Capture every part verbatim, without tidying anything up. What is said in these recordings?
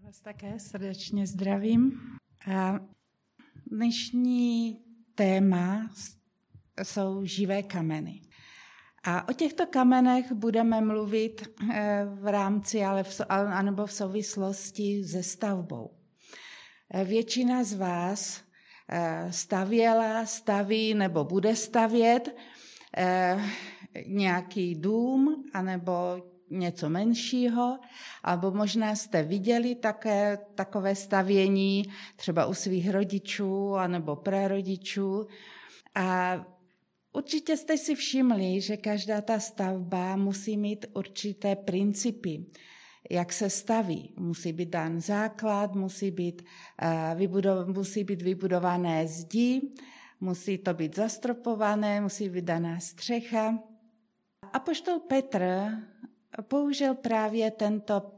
Vás také srdečně zdravím. A dnešní téma jsou živé kameny. A o těchto kamenech budeme mluvit v rámci, ale v, anebo v souvislosti se stavbou. Většina z vás stavěla, staví nebo bude stavět nějaký dům anebo něco menšího, alebo možná jste viděli také takové stavění třeba u svých rodičů anebo prarodičů. A určitě jste si všimli, že každá ta stavba musí mít určité principy, jak se staví. Musí být dán základ, musí být, uh, vybudov, musí být vybudované zdi, musí to být zastropované, musí být daná střecha. Apoštol Petr použil právě tento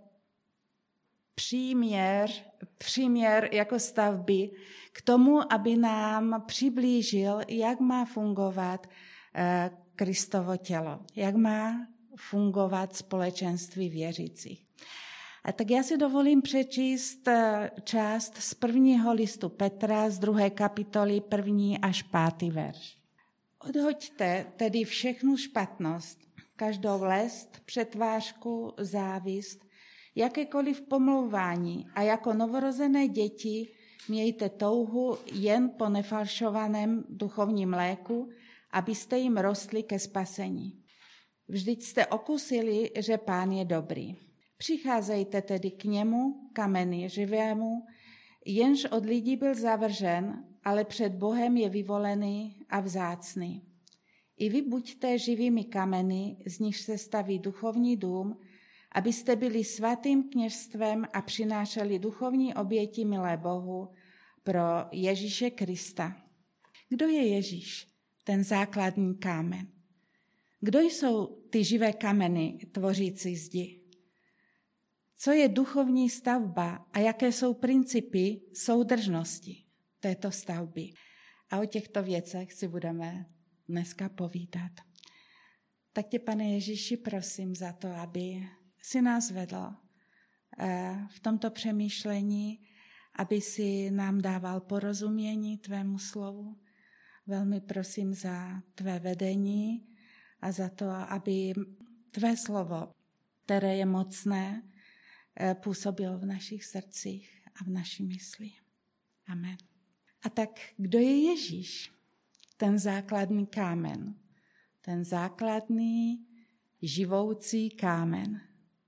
příměr, příměr jako stavby k tomu, aby nám přiblížil, jak má fungovat eh, Kristovo tělo, jak má fungovat společenství věřících. A tak já si dovolím přečíst část z prvního listu Petra, z druhé kapitoly, první až pátý verš. Odhoďte tedy všechnu špatnost, každou lest, přetvářku, závist, jakékoliv pomlouvání a jako novorozené děti mějte touhu jen po nefalšovaném duchovním mléku, abyste jim rostli ke spasení. Vždyť jste okusili, že Pán je dobrý. Přicházejte tedy k němu, kameni živému, jenž od lidí byl zavržen, ale před Bohem je vyvolený a vzácný. I vy buďte živými kameny, z nichž se staví duchovní dům, abyste byli svatým kněžstvem a přinášeli duchovní oběti milé Bohu pro Ježíše Krista. Kdo je Ježíš, ten základní kámen? Kdo jsou ty živé kameny tvořící zdi? Co je duchovní stavba a jaké jsou principy soudržnosti této stavby? A o těchto věcech si budeme dneska povídat. Tak tě, Pane Ježíši, prosím za to, aby si nás vedl v tomto přemýšlení, aby si nám dával porozumění tvému slovu. Velmi prosím za tvé vedení a za to, aby tvé slovo, které je mocné, působilo v našich srdcích a v naší mysli. Amen. A tak, kdo je Ježíš? Ten základní kámen. Ten základný živoucí kámen.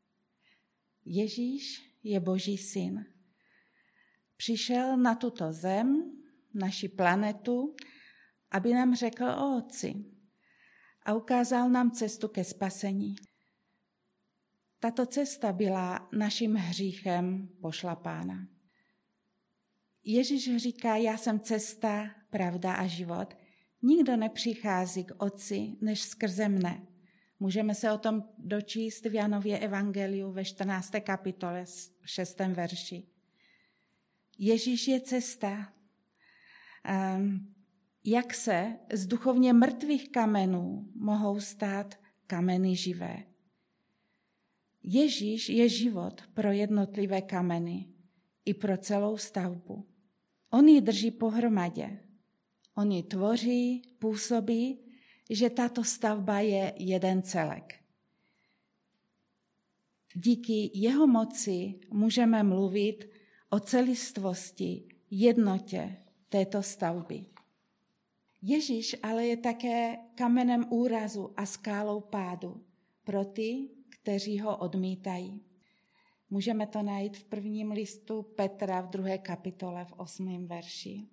Ježíš je Boží syn. Přišel na tuto zem, naši planetu, aby nám řekl o Otci a ukázal nám cestu ke spasení. Tato cesta byla naším hříchem pošlapána. Ježíš říká, já jsem cesta, pravda a život. Nikdo nepřichází k Otci, než skrze mne. Můžeme se o tom dočíst v Janově evangeliu ve čtrnácté kapitole, šestém verši. Ježíš je cesta. Jak se z duchovně mrtvých kamenů mohou stát kameny živé? Ježíš je život pro jednotlivé kameny i pro celou stavbu. On ji drží pohromadě. On ji tvoří, působí, že tato stavba je jeden celek. Díky jeho moci můžeme mluvit o celistvosti, jednotě této stavby. Ježíš ale je také kamenem úrazu a skálou pádu pro ty, kteří ho odmítají. Můžeme to najít v prvním listu Petra v druhé kapitole v osmém verši.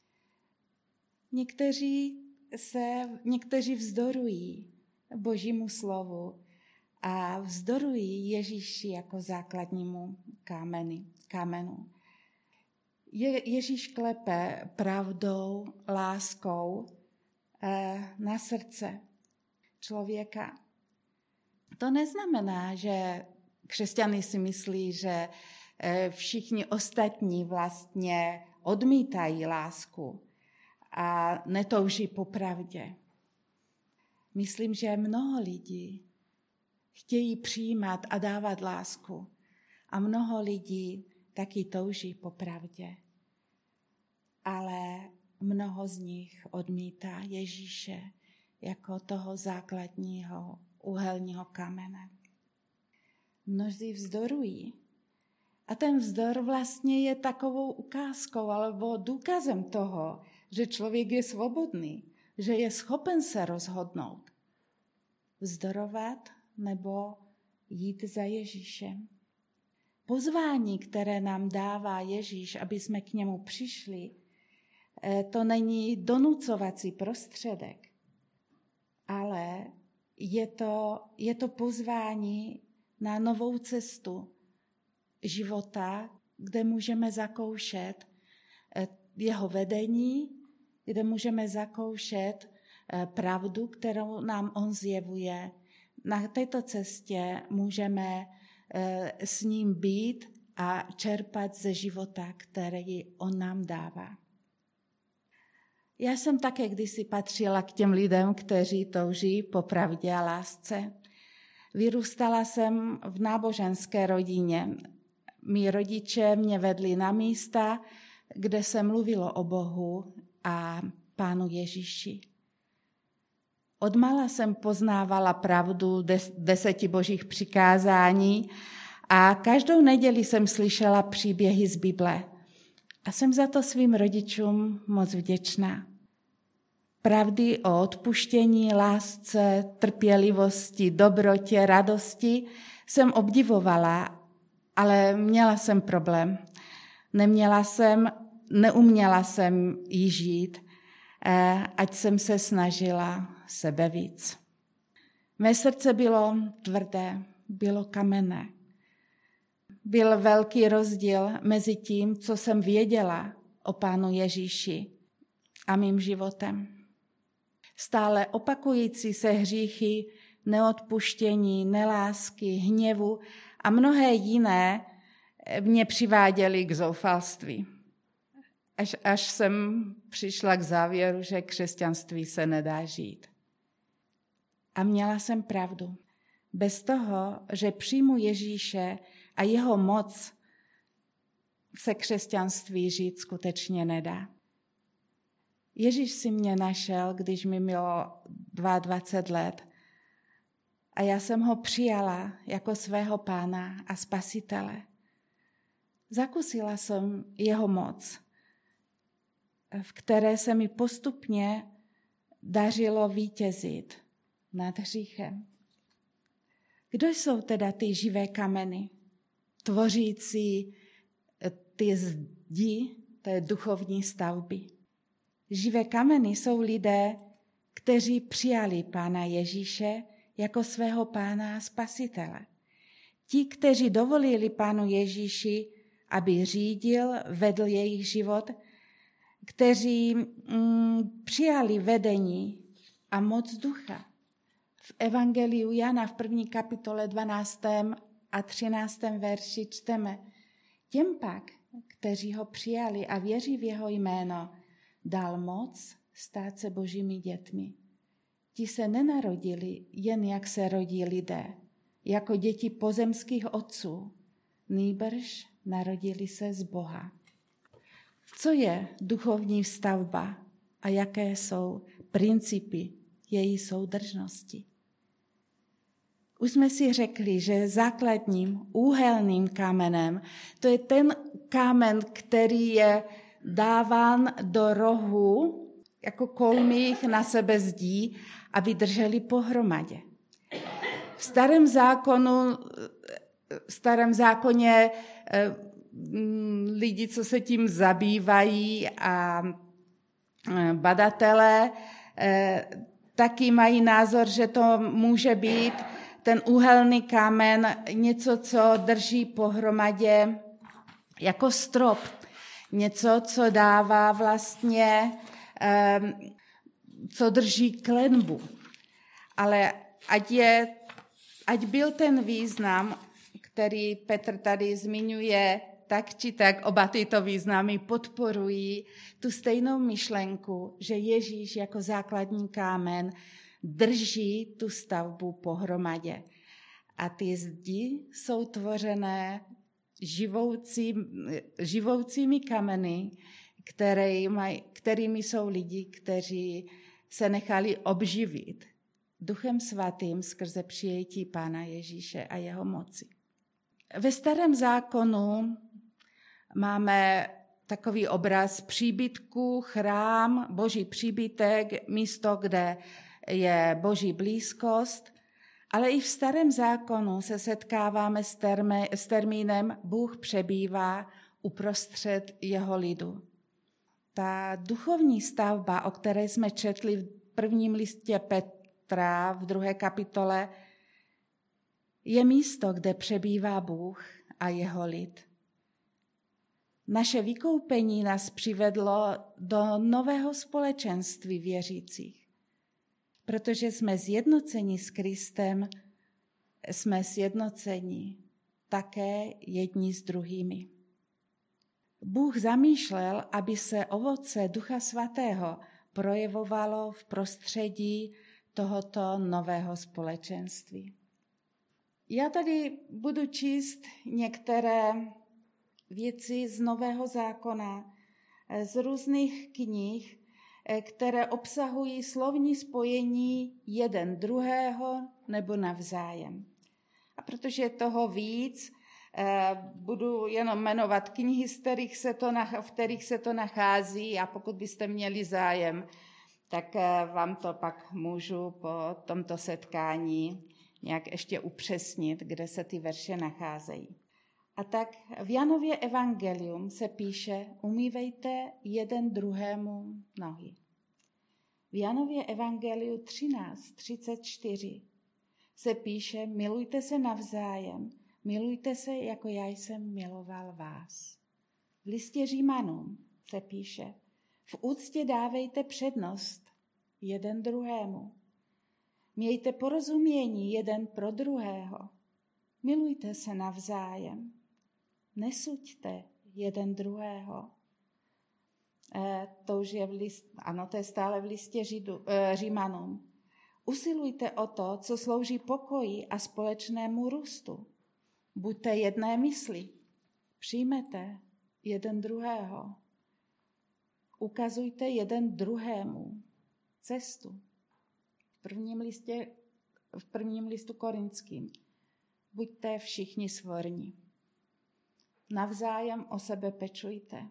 Někteří se, někteří vzdorují Božímu slovu a vzdorují Ježíši jako základnímu kámeni, kámenu. Je, Ježíš klepe pravdou, láskou eh, na srdce člověka. To neznamená, že křesťané si myslí, že eh, všichni ostatní vlastně odmítají lásku a netouží po pravdě. Myslím, že mnoho lidí chtějí přijímat a dávat lásku a mnoho lidí taky touží po pravdě. Ale mnoho z nich odmítá Ježíše jako toho základního úhelního kamene. Mnozí vzdorují. A ten vzdor vlastně je takovou ukázkou alebo důkazem toho, že člověk je svobodný, že je schopen se rozhodnout. Vzdorovat nebo jít za Ježíšem. Pozvání, které nám dává Ježíš, aby jsme k němu přišli, to není donucovací prostředek, ale je to, je to pozvání na novou cestu života, kde můžeme zakoušet jeho vedení, kde můžeme zakoušet pravdu, kterou nám on zjevuje. Na této cestě můžeme s ním být a čerpat ze života, který on nám dává. Já jsem také kdysi patřila k těm lidem, kteří touží po pravdě a lásce. Vyrůstala jsem v náboženské rodině. Mí rodiče mě vedli na místa, kde se mluvilo o Bohu a Pánu Ježíši. Odmala jsem poznávala pravdu des, deseti božích přikázání a každou neděli jsem slyšela příběhy z Bible. A jsem za to svým rodičům moc vděčná. Pravdy o odpuštění, lásce, trpělivosti, dobrotě, radosti jsem obdivovala, ale měla jsem problém. Neměla jsem, neuměla jsem jí žít, ať jsem se snažila sebe víc. Mé srdce bylo tvrdé, bylo kamenné. Byl velký rozdíl mezi tím, co jsem věděla o Pánu Ježíši a mým životem. Stále opakující se hříchy, neodpuštění, nelásky, hněvu a mnohé jiné mě přiváděly k zoufalství. Až, až jsem přišla k závěru, že křesťanství se nedá žít. A měla jsem pravdu. Bez toho, že přijmu Ježíše a jeho moc, se křesťanství žít skutečně nedá. Ježíš si mě našel, když mi bylo dvacet dva let a já jsem ho přijala jako svého Pána a Spasitele. Zakusila jsem jeho moc, v které se mi postupně dařilo vítězit nad hříchem. Kdo jsou teda ty živé kameny, tvořící ty zdi té duchovní stavby? Živé kameny jsou lidé, kteří přijali Pána Ježíše jako svého Pána a Spasitele. Ti, kteří dovolili Pánu Ježíši, aby řídil, vedl jejich život, kteří mm, přijali vedení a moc ducha. V Evangeliu Jana v první kapitole dvanáctém a třináctém verši čteme: Těm pak, kteří ho přijali a věří v jeho jméno, dal moc stát se božími dětmi. Ti se nenarodili jen jak se rodí lidé, jako děti pozemských otců, nýbrž narodili se z Boha. Co je duchovní stavba a jaké jsou principy její soudržnosti? Už jsme si řekli, že základním úhelným kamenem to je ten kámen, který je dáván do rohu jako kolmých na sebe zdí, aby drželi pohromadě. V starém zákonu, v starém zákoně lidi, co se tím zabývají a badatelé, taky mají názor, že to může být ten úhelný kámen, něco, co drží pohromadě jako strop. Něco, co dává vlastně, co drží klenbu. Ale ať, je, ať byl ten význam, který Petr tady zmiňuje, tak či tak oba tyto významy podporují tu stejnou myšlenku, že Ježíš jako základní kámen drží tu stavbu pohromadě. A ty zdi jsou tvořené živoucí, živoucími kameny, které maj, kterými jsou lidi, kteří se nechali obživit Duchem Svatým skrze přijetí Pána Ježíše a jeho moci. Ve Starém zákonu máme takový obraz příbytku, chrám, Boží příbytek, místo, kde je Boží blízkost, ale i v Starém zákonu se setkáváme s, termé, s termínem Bůh přebývá uprostřed jeho lidu. Ta duchovní stavba, o které jsme četli v prvním listě Petra v druhé kapitole, je místo, kde přebývá Bůh a jeho lid. Naše vykoupení nás přivedlo do nového společenství věřících. Protože jsme sjednoceni s Kristem, jsme sjednoceni také jedni s druhými. Bůh zamýšlel, aby se ovoce Ducha Svatého projevovalo v prostředí tohoto nového společenství. Já tady budu číst některé věci z Nového zákona, z různých knih, které obsahují slovní spojení jeden druhého nebo navzájem. A protože je toho víc, budu jenom jmenovat knihy, z kterých se to, v kterých se to nachází, a pokud byste měli zájem, tak vám to pak můžu po tomto setkání nějak ještě upřesnit, kde se ty verše nacházejí. A tak v Janově evangelium se píše: umývejte jeden druhému nohy. V Janově evangeliu třináct třicet čtyři se píše: milujte se navzájem, milujte se, jako já jsem miloval vás. V listě Římanům se píše: v úctě dávejte přednost jeden druhému. Mějte porozumění jeden pro druhého. Milujte se navzájem. Nesuďte jeden druhého. E, to už je v list, ano, to je stále v listě Židu, e, Římanům. Usilujte o to, co slouží pokoji a společnému růstu. Buďte jedné mysli. Přijmete jeden druhého. Ukazujte jeden druhému cestu. V prvním, listě, v prvním listu Korinským. Buďte všichni svorní. Navzájem o sebe pečujte.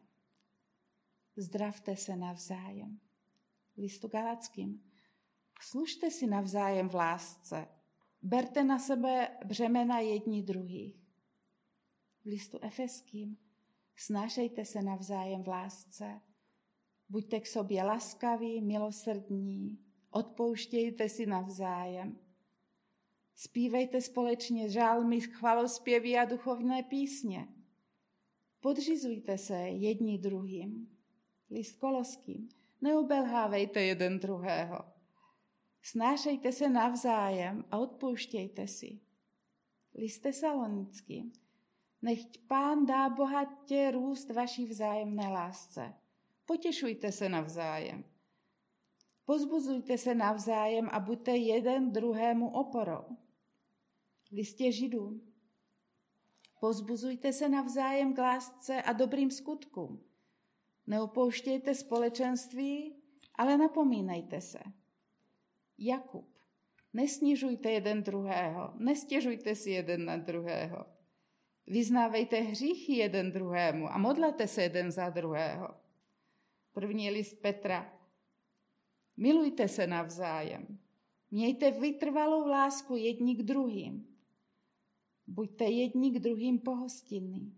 Zdravte se navzájem. V listu Galackým. Služte si navzájem v lásce. Berte na sebe břemena jedni druhých. V listu Efeským. Snášejte se navzájem v lásce. Buďte k sobě laskaví, milosrdní. Odpouštějte si navzájem. Zpívejte společně žálmy, chvalospěvy a duchovné písně. Podřizujte se jedni druhým. List Koloským. Neobelhávejte jeden druhého. Snášejte se navzájem a odpouštějte si. List Tesalonickým. Nechť Pán dá bohatě růst vaší vzájemné lásce. Potěšujte se navzájem. Pozbuzujte se navzájem a buďte jeden druhému oporou. V listě Židům. Pozbuzujte se navzájem k lásce a dobrým skutkům. Neopouštějte společenství, ale napomínejte se. Jakub. Nesnižujte jeden druhého, nestěžujte si jeden na druhého. Vyznávejte hříchy jeden druhému a modlete se jeden za druhého. První list Petra. Milujte se navzájem. Mějte vytrvalou lásku jedni k druhým. Buďte jedni k druhým pohostinní.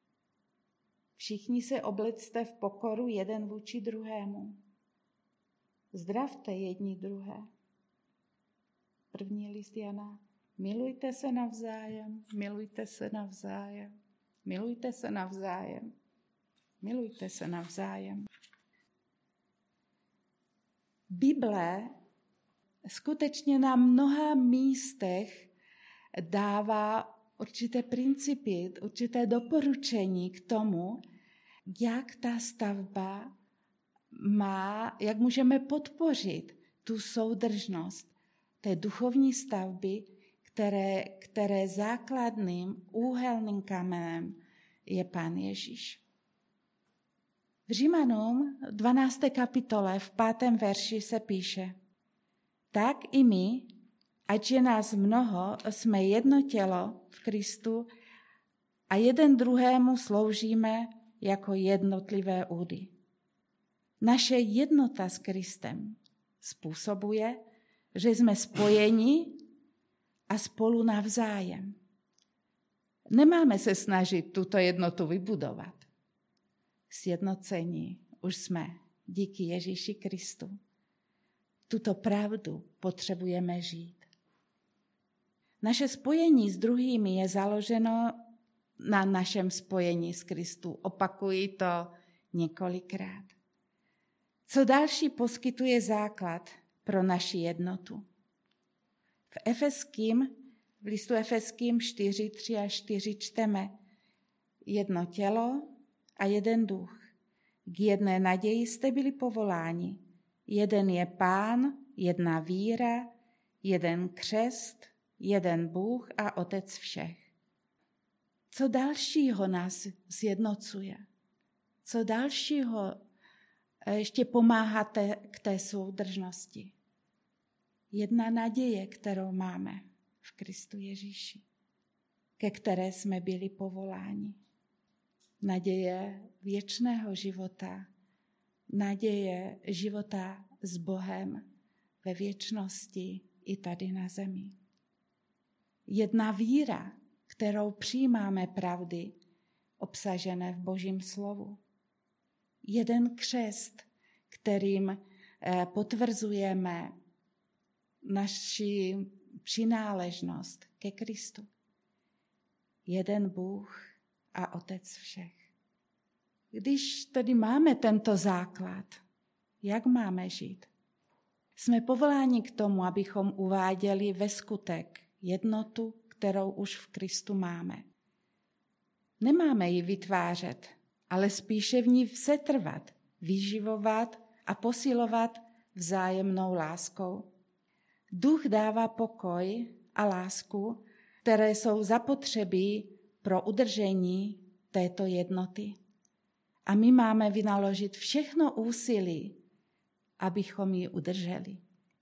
Všichni se oblecte v pokoru jeden vůči druhému. Zdravte jedni druhé. První list Jana. Milujte se navzájem, milujte se navzájem, milujte se navzájem, milujte se navzájem. Bible skutečně na mnoha místech dává určité principy, určité doporučení k tomu, jak ta stavba má, jak můžeme podpořit tu soudržnost té duchovní stavby, které, které základným úhelným kamenem je Pán Ježíš. V Římanům dvanácté kapitole v pátém verši se píše: tak i my, ať je nás mnoho, jsme jedno tělo v Kristu a jeden druhému sloužíme jako jednotlivé údy. Naše jednota s Kristem způsobuje, že jsme spojeni a spolu navzájem. Nemáme se snažit tuto jednotu vybudovat. Sjednocení už jsme díky Ježíši Kristu. Tuto pravdu potřebujeme žít. Naše spojení s druhými je založeno na našem spojení s Kristou. Opakuji to několikrát. Co další poskytuje základ pro naši jednotu? V Efeským, v listu Efeským čtyři, tři a čtyři čteme: jedno tělo a jeden duch. K jedné naději jste byli povoláni. Jeden je Pán, jedna víra, jeden křest, jeden Bůh a Otec všech. Co dalšího nás sjednocuje? Co dalšího ještě pomáhá té, k té soudržnosti? Jedna naděje, kterou máme v Kristu Ježíši, ke které jsme byli povoláni. Naděje věčného života, naděje života s Bohem ve věčnosti i tady na zemi. Jedna víra, kterou přijímáme pravdy obsažené v Božím slovu. Jeden křest, kterým potvrzujeme naši přináležnost ke Kristu. Jeden Bůh a Otec všech. Když tedy máme tento základ, jak máme žít? Jsme povoláni k tomu, abychom uváděli ve skutek jednotu, kterou už v Kristu máme. Nemáme ji vytvářet, ale spíše v ní setrvat, vyživovat a posilovat vzájemnou láskou. Duch dává pokoj a lásku, které jsou zapotřebí pro udržení této jednoty. A my máme vynaložit všechno úsilí, abychom ji udrželi.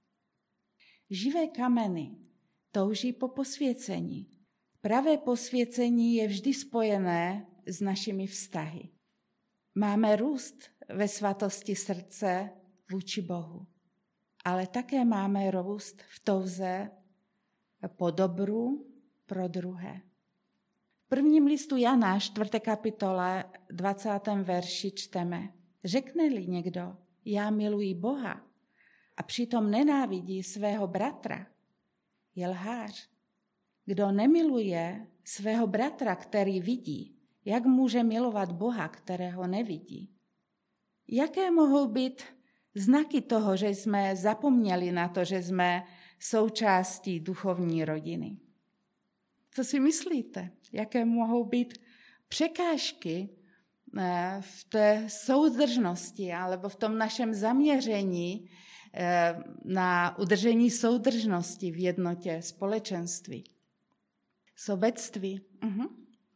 Živé kameny touží po posvěcení. Pravé posvěcení je vždy spojené s našimi vztahy. Máme růst ve svatosti srdce vůči Bohu, ale také máme růst v touze po dobru pro druhé. V prvním listu Jana, čtvrté kapitole, dvacátém verši čteme: řekne-li někdo, já miluji Boha, a přitom nenávidí svého bratra, je lhář. Kdo nemiluje svého bratra, který vidí, jak může milovat Boha, kterého nevidí? Jaké mohou být znaky toho, že jsme zapomněli na to, že jsme součástí duchovní rodiny? Co si myslíte? Jaké mohou být překážky v té soudržnosti alebo v tom našem zaměření na udržení soudržnosti v jednotě společenství? Sobectví. Uh-huh.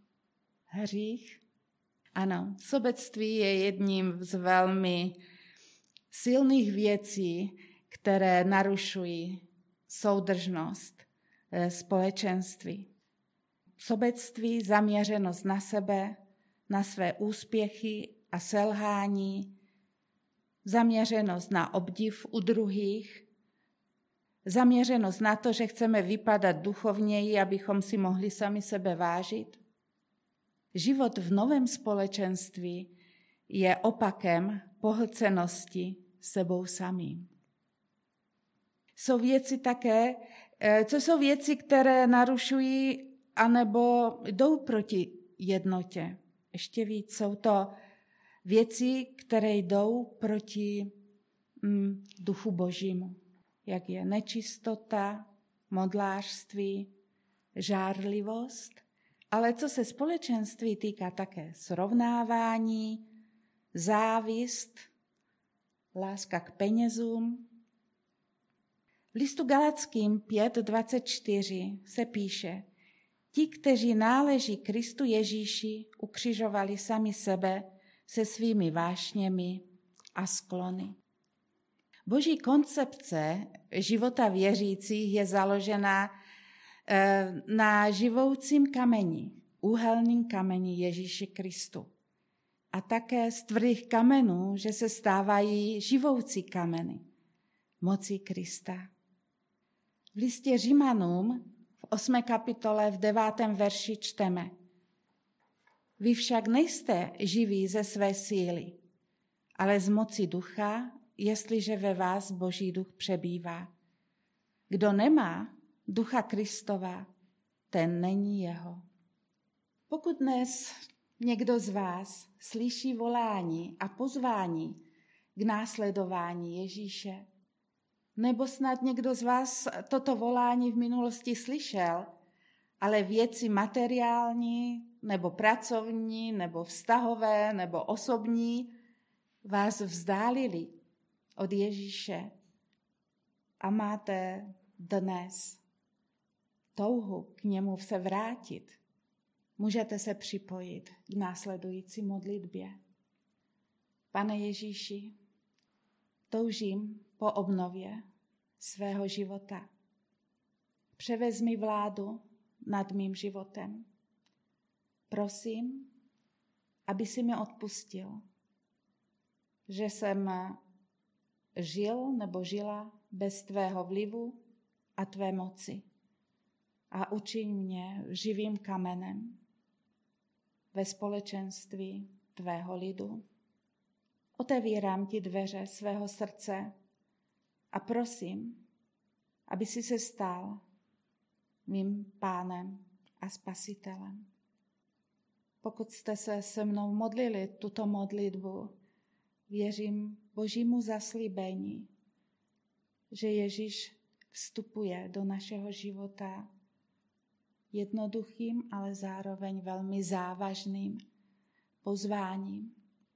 Hřích. Ano, sobectví je jedním z velmi silných věcí, které narušují soudržnost společenství. Sobectví, zaměřenost na sebe, na své úspěchy a selhání, zaměřenost na obdiv u druhých, zaměřenost na to, že chceme vypadat duchovněji, abychom si mohli sami sebe vážit. Život v novém společenství je opakem pohlcenosti sebou samým. Jsou věci také, co jsou věci, které narušují anebo jdou proti jednotě. Ještě víc jsou to věci, které jdou proti mm, duchu Božímu, jak je nečistota, modlářství, žárlivost, ale co se společenství týká také srovnávání, závist, láska k penězům. V listu Galackým pět dvacet čtyři se píše: Ti, kteří náleží Kristu Ježíši, ukřižovali sami sebe se svými vášněmi a sklony. Boží koncepce života věřících je založena na živoucím kameni, úhelným kameni Ježíši Kristu. A také z tvrdých kamenů, že se stávají živoucí kameny moci Krista. V listě Římanům v osmé kapitole v devátém verši čteme: Vy však nejste živí ze své síly, ale z moci ducha, jestliže ve vás Boží duch přebývá. Kdo nemá ducha Kristova, ten není jeho. Pokud dnes někdo z vás slyší volání a pozvání k následování Ježíše, nebo snad někdo z vás toto volání v minulosti slyšel, ale věci materiální, nebo pracovní, nebo vztahové, nebo osobní vás vzdálili od Ježíše a máte dnes touhu k němu se vrátit, můžete se připojit k následující modlitbě. Pane Ježíši, toužím po obnově svého života. Převezmi vládu nad mým životem. Prosím, aby si mi odpustil, že jsem žil nebo žila bez tvého vlivu a tvé moci. A učiň mě živým kamenem ve společenství tvého lidu. Otevírám ti dveře svého srdce a prosím, aby si se stal mým pánem a spasitelem. Pokud jste se se mnou modlili tuto modlitbu, věřím Božímu zaslíbení, že Ježíš vstupuje do našeho života jednoduchým, ale zároveň velmi závažným pozváním.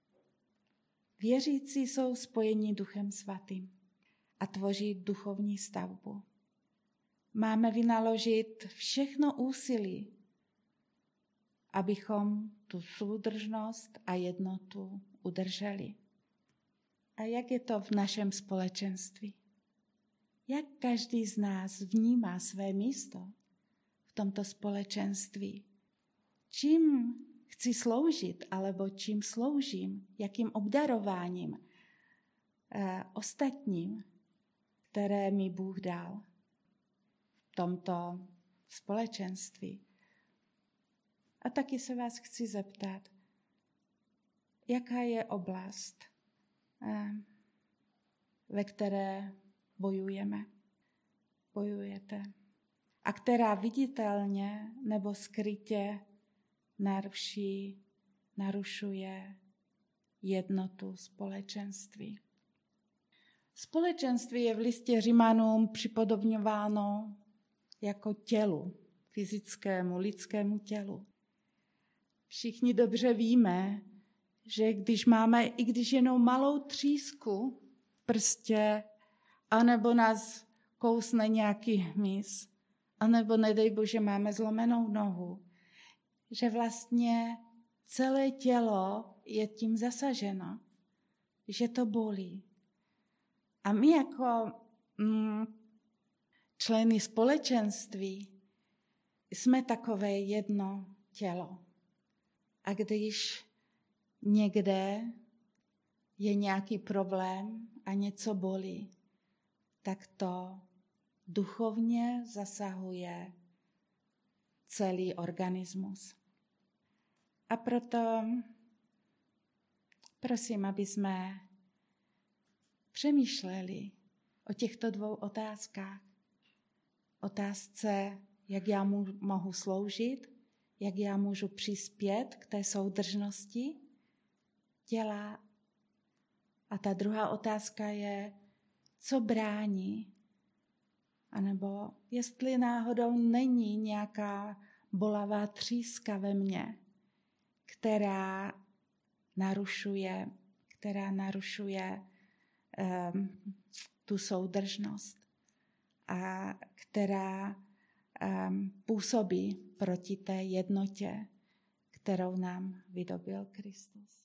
Věřící jsou spojení Duchem Svatým a tvoří duchovní stavbu. Máme vynaložit všechno úsilí, abychom tu soudržnost a jednotu udrželi. A jak je to v našem společenství? Jak každý z nás vnímá své místo v tomto společenství? Čím chci sloužit, alebo čím sloužím, jakým obdarováním eh, ostatním, které mi Bůh dal v tomto společenství. A taky se vás chci zeptat, jaká je oblast, eh, ve které bojujeme, bojujete a která viditelně nebo skrytě naruší, narušuje jednotu společenství. Společenství je v listě Římanům připodobňováno jako tělu, fyzickému, lidskému tělu. Všichni dobře víme, že když máme, i když jenom malou třísku v prstě, anebo nás kousne nějaký hmyz, anebo nedej Bože máme zlomenou nohu, že vlastně celé tělo je tím zasaženo, že to bolí. A my jako mm, členy společenství jsme takové jedno tělo. A když někde je nějaký problém a něco bolí, tak to duchovně zasahuje celý organismus. A proto prosím, aby jsme přemýšleli o těchto dvou otázkách. Otázce, jak já mu mohu sloužit, jak já můžu přispět k té soudržnosti těla. A ta druhá otázka je, co brání, anebo jestli náhodou není nějaká bolavá tříska ve mně, která narušuje, která narušuje um, tu soudržnost a která um, působí proti té jednotě, kterou nám vydobil Kristus.